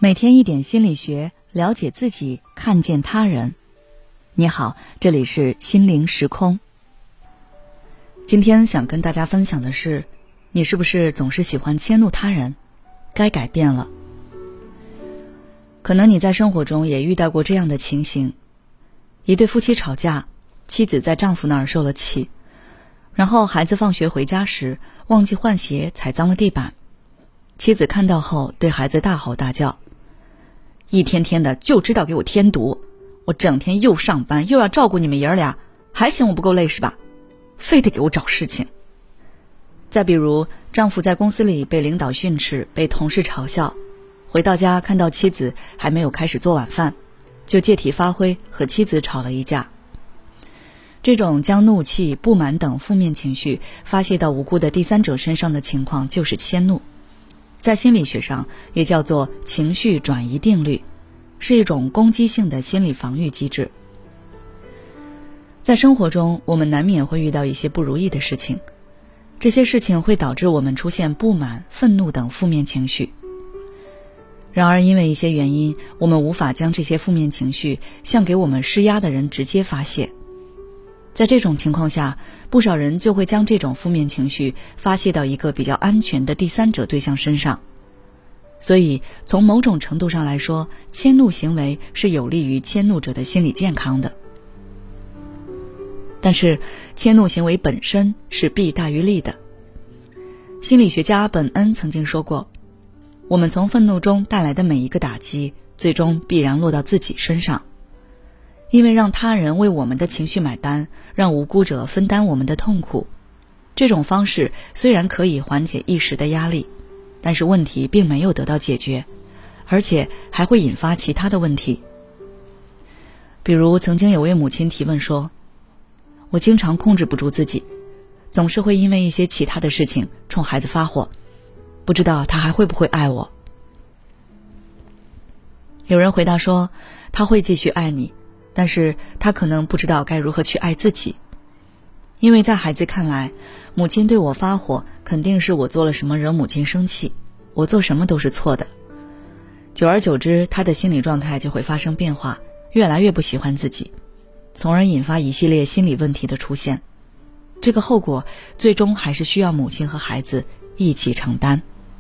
每天一点心理学，了解自己，看见他人。你好，这里是心灵时空。今天想跟大家分享的是，你是不是总是喜欢迁怒他人？该改变了。可能你在生活中也遇到过这样的情形，一对夫妻吵架，妻子在丈夫那儿受了气，然后孩子放学回家时忘记换鞋，踩脏了地板。妻子看到后对孩子大吼大叫，一天天的就知道给我添堵，我整天又上班又要照顾你们爷儿俩，还嫌我不够累是吧？非得给我找事情。再比如，丈夫在公司里被领导训斥，被同事嘲笑，回到家看到妻子还没有开始做晚饭，就借题发挥和妻子吵了一架。这种将怒气、不满等负面情绪发泄到无辜的第三者身上的情况就是迁怒，在心理学上也叫做情绪转移定律，是一种攻击性的心理防御机制。在生活中，我们难免会遇到一些不如意的事情，这些事情会导致我们出现不满、愤怒等负面情绪。然而因为一些原因，我们无法将这些负面情绪向给我们施压的人直接发泄。在这种情况下，不少人就会将这种负面情绪发泄到一个比较安全的第三者对象身上。所以从某种程度上来说，迁怒行为是有利于迁怒者的心理健康的。但是迁怒行为本身是弊大于利的。心理学家本恩曾经说过，我们从愤怒中带来的每一个打击，最终必然落到自己身上。因为让他人为我们的情绪买单，让无辜者分担我们的痛苦，这种方式虽然可以缓解一时的压力，但是问题并没有得到解决，而且还会引发其他的问题。比如曾经有位母亲提问说，我经常控制不住自己，总是会因为一些其他的事情冲孩子发火，不知道他还会不会爱我。有人回答说，他会继续爱你，但是他可能不知道该如何去爱自己。因为在孩子看来，母亲对我发火，肯定是我做了什么惹母亲生气，我做什么都是错的。久而久之，他的心理状态就会发生变化，越来越不喜欢自己，从而引发一系列心理问题的出现。这个后果最终还是需要母亲和孩子一起承担。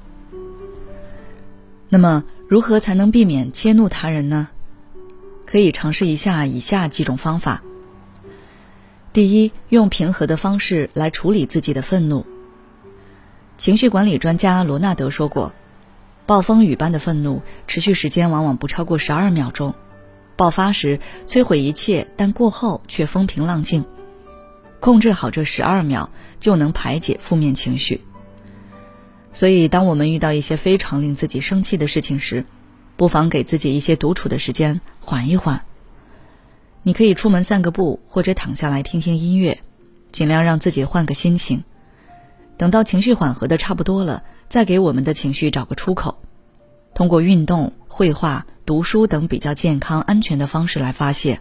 那么如何才能避免迁怒他人呢？可以尝试一下以下几种方法。第一，用平和的方式来处理自己的愤怒。情绪管理专家罗纳德说过，暴风雨般的愤怒持续时间往往不超过12秒钟，爆发时摧毁一切，但过后却风平浪静。控制好这12秒，就能排解负面情绪。所以当我们遇到一些非常令自己生气的事情时，不妨给自己一些独处的时间，缓一缓。你可以出门散个步，或者躺下来听听音乐，尽量让自己换个心情。等到情绪缓和的差不多了，再给我们的情绪找个出口，通过运动、绘画、读书等比较健康安全的方式来发泄。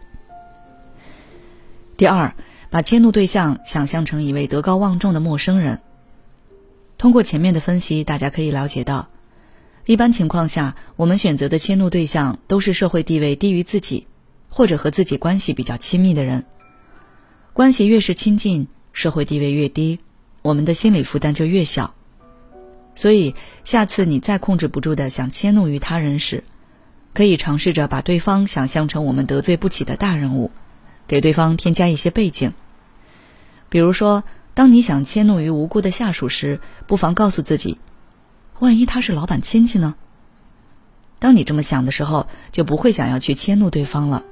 第二，把迁怒对象想象成一位德高望重的陌生人。通过前面的分析，大家可以了解到，一般情况下，我们选择的迁怒对象都是社会地位低于自己，或者和自己关系比较亲密的人。关系越是亲近，社会地位越低，我们的心理负担就越小。所以下次你再控制不住的想迁怒于他人时，可以尝试着把对方想象成我们得罪不起的大人物，给对方添加一些背景。比如说，当你想迁怒于无辜的下属时，不妨告诉自己，万一他是老板亲戚呢？当你这么想的时候，就不会想要去迁怒对方了。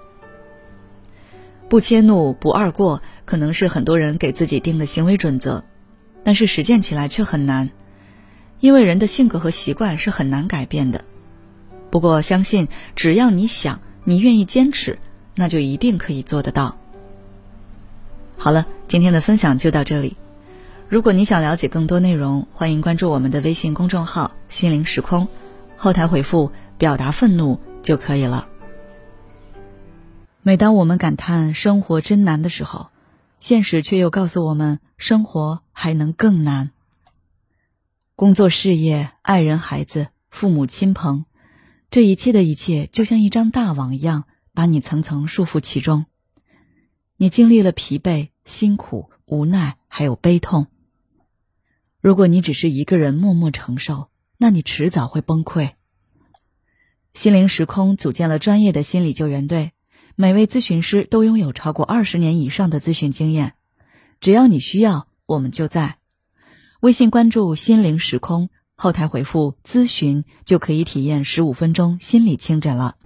不迁怒不二过，可能是很多人给自己定的行为准则，但是实践起来却很难，因为人的性格和习惯是很难改变的。不过相信只要你想，你愿意坚持，那就一定可以做得到。好了，今天的分享就到这里。如果你想了解更多内容，欢迎关注我们的微信公众号心灵时空，后台回复表达愤怒就可以了。每当我们感叹生活真难的时候，现实却又告诉我们生活还能更难。工作事业、爱人孩子、父母亲朋， 这一切的一切就像一张大网一样，把你层层束缚其中。你经历了疲惫、辛苦、无奈，还有悲痛。如果你只是一个人默默承受，那你迟早会崩溃。心灵时空组建了专业的心理救援队，每位咨询师都拥有超过20年以上的咨询经验。只要你需要，我们就在。微信关注心灵时空，后台回复咨询就可以体验15分钟心理清诊了。